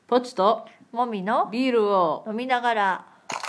ポチともみのビールを飲みながら。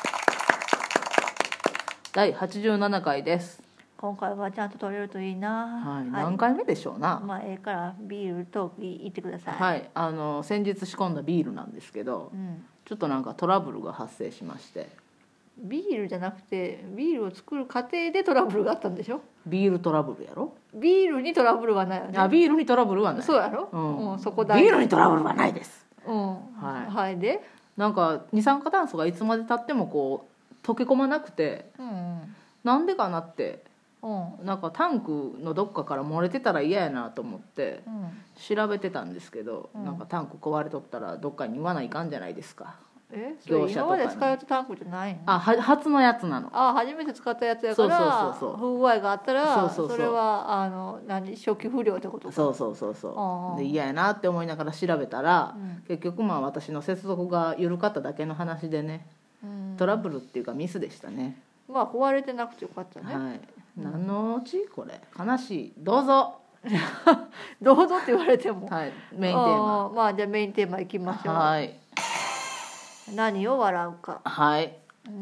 第87回です。 今回はちゃんと取れるといいな。 はい、何回目でしょうな。 まあええからビールトーク言ってください。 はい、先日仕込んだビールなんですけど、ちょっとなんかトラブルが発生しまして。 ビールじゃなくてビールを作る過程でトラブルがあったんでしょ。 ビールトラブルやろ。 ビールにトラブルはないよね。 ビールにトラブルはない。 そうやろ、そこ大ビールにトラブルはないです。 はい、でなんか二酸化炭素がいつまでたってもこう溶け込まなくて、なんでかなって、なんかタンクのどっかから漏れてたら嫌やなと思って調べてたんですけど、なんかタンク壊れとったらどっかに言わないかんじゃないですか。 それ今まで使ったタンクじゃないの？ 初のやつなの。 初めて使ったやつやから、不具合があったらそれは初期不良ってことか。 そうで嫌やなって思いながら調べたら、結局まあ私の接続が緩かっただけの話でね、トラブルっていうかミスでしたね。 まあ壊れてなくてよかったね。 はい、何のうちこれ悲しい。どうぞどうぞって言われても、 はい、メインテーマ。 まあじゃあメインテーマいきましょう。 はい、 何を笑うか。 はい。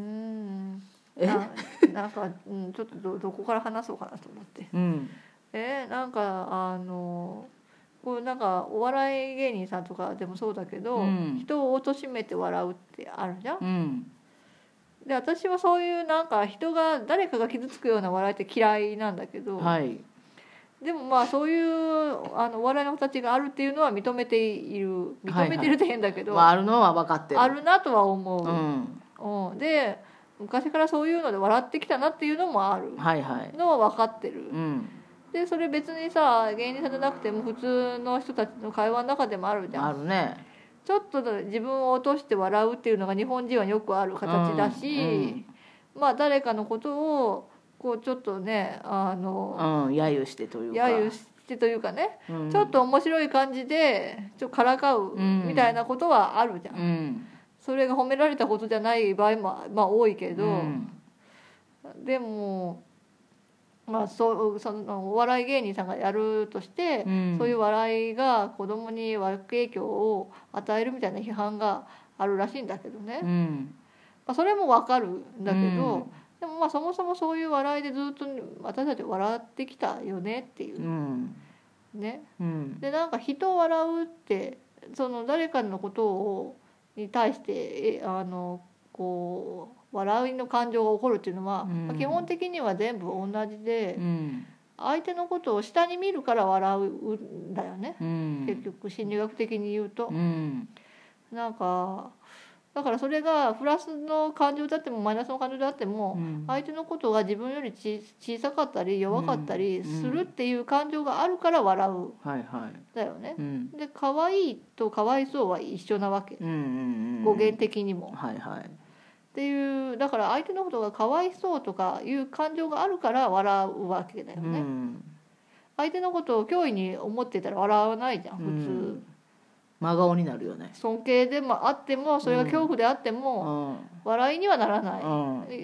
なんか、ちょっとどこから話そうかなと思って。なんかこうなんかお笑い芸人さんとかでもそうだけど、人を貶めて笑うってあるじゃん。で私はそういうなんか誰かが傷つくような笑いって嫌いなんだけど、でもまあそういうお笑いの形があるっていうのは認めているって変だけど、 あるのは分かってる。 あるなとは思う。で昔からそういうので笑ってきたなっていうのもあるのは分かってる。でそれ別にさ芸人さんじゃなくても普通の人たちの会話の中でもあるじゃん。 あるね。 ちょっと自分を落として笑うっていうのが日本人はよくある形だし、まあ誰かのことをこうちょっとね揶揄してというかね、ちょっと面白い感じでちょっとからかうみたいなことはあるじゃん。それが褒められたことじゃない場合もまあ多いけど、でもまあそのお笑い芸人さんがやるとして、そういう笑いが子供に悪影響を与えるみたいな批判があるらしいんだけどね、それも分かるんだけど、でもまあそもそもそういう笑いでずっと私たち笑ってきたよねっていう、ね。でなんか人を笑うってその誰かのことに対してこう笑いの感情が起こるっていうのは、基本的には全部同じで、相手のことを下に見るから笑うんだよね、結局心理学的に言うと、なんかだからそれがプラスの感情であってもマイナスの感情であっても、相手のことが自分より小さかったり弱かったりするっていう感情があるから笑う、だよね。で可愛いとかわいそうは一緒なわけ、語源的にも。っていうだから相手のことがかわいそうとかいう感情があるから笑うわけだよね。相手のことを脅威に思ってたら笑わないじゃん普通。 真顔になるよね。 尊敬でもあってもそれが恐怖であっても笑いにはならない、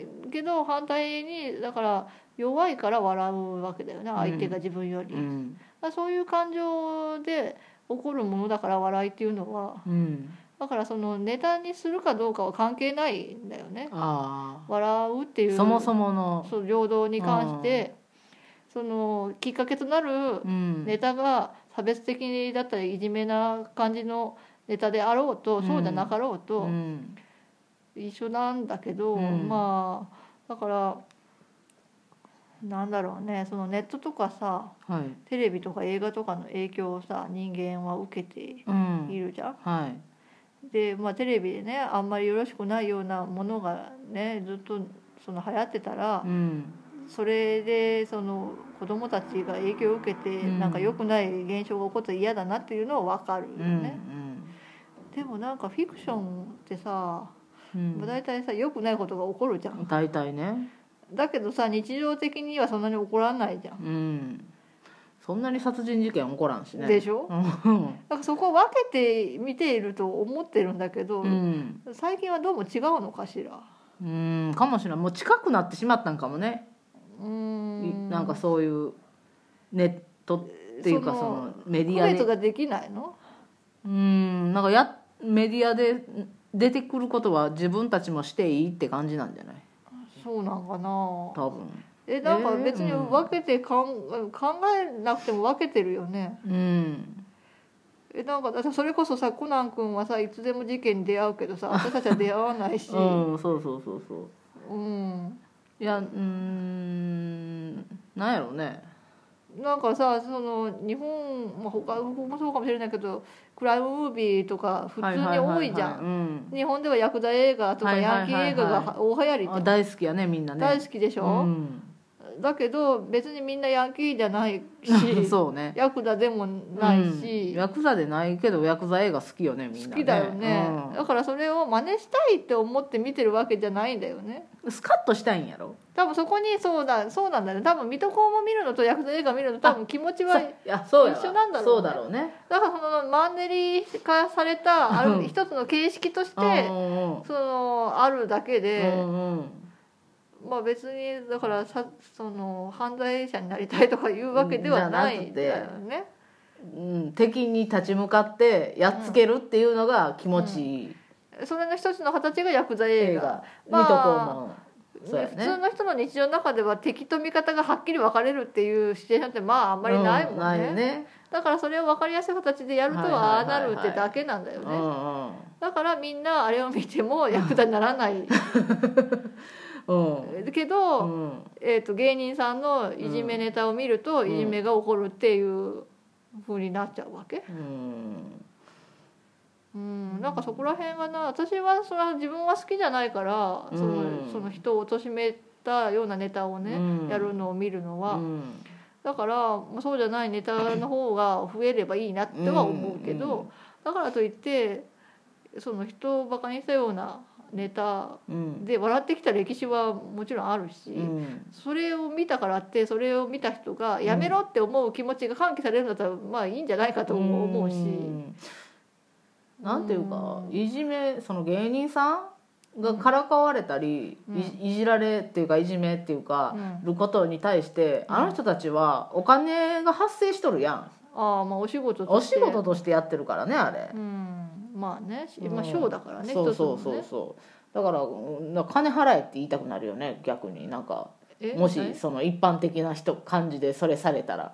けど反対にだから弱いから笑うわけだよね、相手が自分より。そういう感情で起こるものだから笑いっていうのは、だからそのネタにするかどうかは関係ないんだよね。笑うっていうそもそもの平等に関して、そのきっかけとなるネタが差別的だったりいじめな感じのネタであろうと、そうじゃなかろうと一緒なんだけど、まあだからなんだろうね、そのネットとかさ、テレビとか映画とかの影響をさ人間は受けているじゃん。でテレビでねあんまりよろしくないようなものがねずっとその流行ってたら、それでその子供たちが影響を受けて、なんか良くない現象が起こって嫌だなっていうのは分かるよね。でもなんかフィクションってさ、大体さ良くないことが起こるじゃん。 大体ね。 だけどさ日常的にはそんなに起こらないじゃん。 そんなに殺人事件起こらんしね。 でしょ。だからそこを分けて見ていると思ってるんだけど、最近はどうも違うのかしら。 かもしれない。もう近くなってしまったんかもね。なんかそういうネットっていうかそのメディアで区別ができないの？ なんかメディアで出てくることは自分たちもしていいって感じなんじゃない？ そうなんかな多分。 なんか別に分けて考えなくても分けてるよね。なんかそれこそさ、コナン君はさいつでも事件に出会うけどさ、私たちは出会わないしそういやなんやろうね。 なんかさ、その日本、他もそうかもしれないけど、クライムムービーとか普通に多いじゃん。日本ではヤクザ映画とかヤンキー映画が大流行りじゃん。 大好きやね、みんなね。 大好きでしょ、だけど別にみんなヤンキーじゃないしそうね、 ヤクザでもないし、 ヤクザでないけどヤクザ映画好きよね、みんなね。 好きだよね、だからそれを真似したいって思って見てるわけじゃないんだよね。 スカッとしたいんやろ多分そこに。そうなんだよね。多分水戸黄門見るのとヤクザ映画見るのと多分気持ちは一緒なんだろうね。 そうだろうね。 だからそのマンネリ化された一つの形式としてあるだけで、別にだからその犯罪者になりたいとかいうわけではないんだよね。 敵に立ち向かってやっつけるっていうのが気持ちいい、 それの一つの形がヤクザ映画。 水戸黄門、 普通の人の日常の中では敵と味方がはっきり分かれるっていうシチュエーションってあんまりないもんね。ないね。だからそれを分かりやすい形でやるとああなるってだけなんだよね。だからみんなあれを見てもヤクザにならないけど、芸人さんのいじめネタを見るといじめが起こるっていう風になっちゃうわけ。なんかそこら辺が私はそれは自分は好きじゃないから、その人を貶めたようなネタをね、やるのを見るのは、だからそうじゃないネタの方が増えればいいなっては思うけど、だからといってその人をバカにしたようなネタで笑ってきた歴史はもちろんあるし、それを見たからってそれを見た人がやめろって思う気持ちが喚起されるんだったらいいんじゃないかと思うし。 なんていうか、いじめ、その芸人さんがからかわれたり、いじられっていうかいじめっていうか、ることに対して、あの人たちはお金が発生しとるやん。 お仕事としてやってるからね、あれ。 まあね、ショーだからね。 そうだから金払えって言いたくなるよね、逆に。なんかもしその一般的な感じでそれされたら。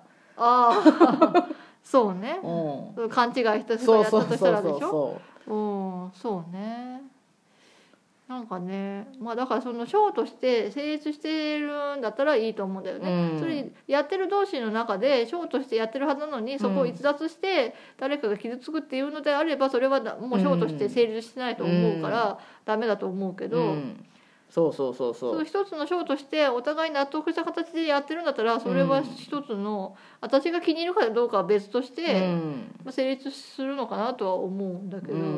そうね、勘違いした人がやったとしたらでしょ。そうね。なんかね、だからそのショーとして成立してるんだったらいいと思うんだよね。それやってる同士の中でショーとしてやってるはずなのに、そこを逸脱して誰かが傷つくっていうのであれば、それはもうショーとして成立してないと思うからダメだと思うけど、そう一つのショーとしてお互い納得した形でやってるんだったら、それは一つの私が気に入るかどうかは別として成立するのかなとは思うんだけど、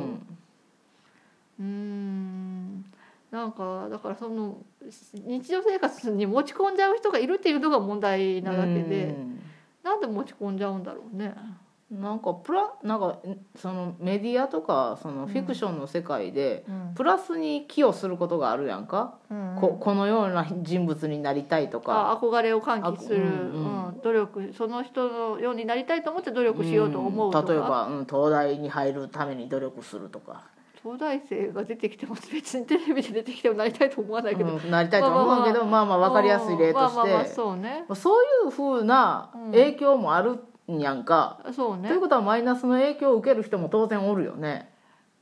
なんかだからその日常生活に持ち込んじゃう人がいるっていうのが問題なだけで、なんで持ち込んじゃうんだろうね。 なんかそのメディアとかそのフィクションの世界でプラスに寄与することがあるやんか、このような人物になりたいとか、 憧れを喚起する、努力、その人のようになりたいと思って努力しようと思うとか、 例えば、東大に入るために努力するとか。 東大生が出てきても別にテレビで出てきてもなりたいと思わないけど、 なりたいと思うけど、分かりやすい例としてそういうふうな影響もあるんやんか。ということはマイナスの影響を受ける人も当然おるよね。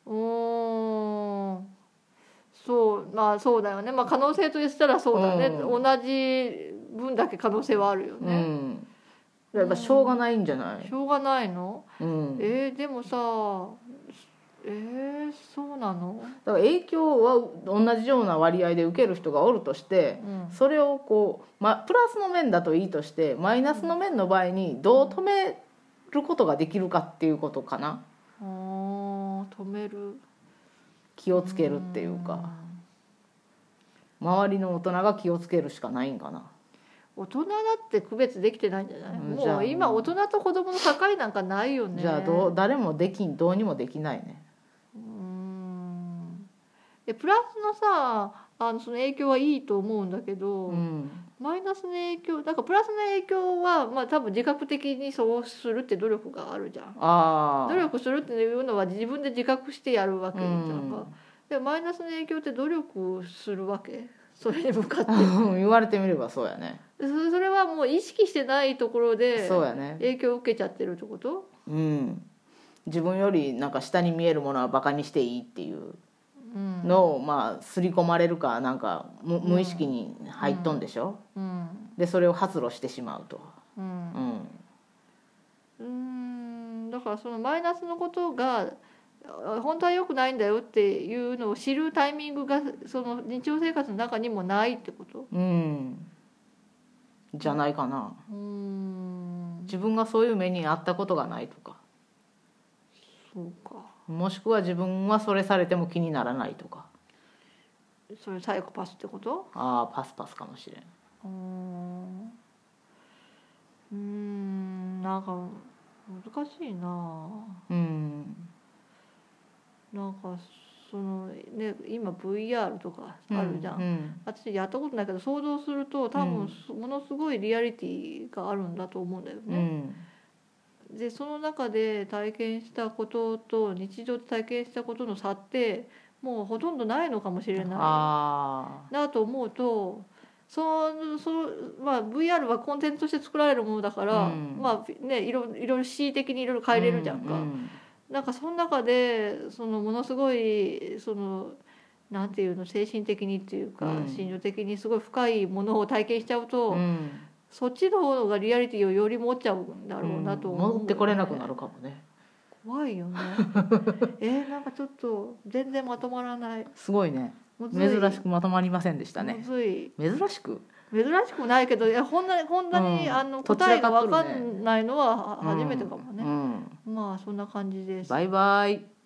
そうだよね。可能性としたらそうだね。同じ分だけ可能性はあるよね。 やっぱしょうがないんじゃない？ しょうがないの？でもさ、そうなの？ だから影響は同じような割合で受ける人がおるとして、それをこう、プラスの面だといいとして、マイナスの面の場合にどう止めることができるかっていうことかな。 止める、 気をつけるっていうか、周りの大人が気をつけるしかないんかな。 大人だって区別できてないんじゃない？もう今大人と子供の境なんかないよね。 じゃあ誰もどうにもできないね。 プラスのさその影響はいいと思うんだけど、マイナスの影響だからプラスの影響は、まあ、多分自覚的にそうするって努力があるじゃん。努力するっていうのは自分で自覚してやるわけじゃんか。でマイナスの影響って努力するわけ、それに向かって言われてみればそうやね。 それはもう意識してないところで影響を受けちゃってるってこと？ 自分よりなんか下に見えるものはバカにしていいっていうのをまあ刷り込まれるかなんか無意識に入っとんでしょ、でそれを発露してしまうと、 だからそのマイナスのことが本当は良くないんだよっていうのを知るタイミングがその日常生活の中にもないってこと？ じゃないかな。自分がそういう目に遭ったことがないとか、 そうか、 もしくは自分はそれされても気にならないとか。 それサイコパスってこと？ パスかもしれん。なんか難しいな。なんかそのね今 VR とかあるじゃん、私やったことないけど想像すると多分ものすごいリアリティがあるんだと思うんだよね、でその中で体験したことと日常で体験したことの差ってもうほとんどないのかもしれないなと思うと、まあ、VR はコンテンツとして作られるものだから、まあね、いろいろ恣意的にいろいろ変えれるじゃんか、なんかその中でそのものすごいそのなんていうの精神的にっていうか、心情的にすごい深いものを体験しちゃうと、そっちの方がリアリティをより持っちゃうんだろうなと思う、 戻ってこれなくなるかもね。 怖いよねなんかちょっと全然まとまらない。 すごいね、珍しくまとまりませんでしたね。珍しくもないけどこんなに、答えが分かんないのは初めてかもね、まあそんな感じです。 バイバイ。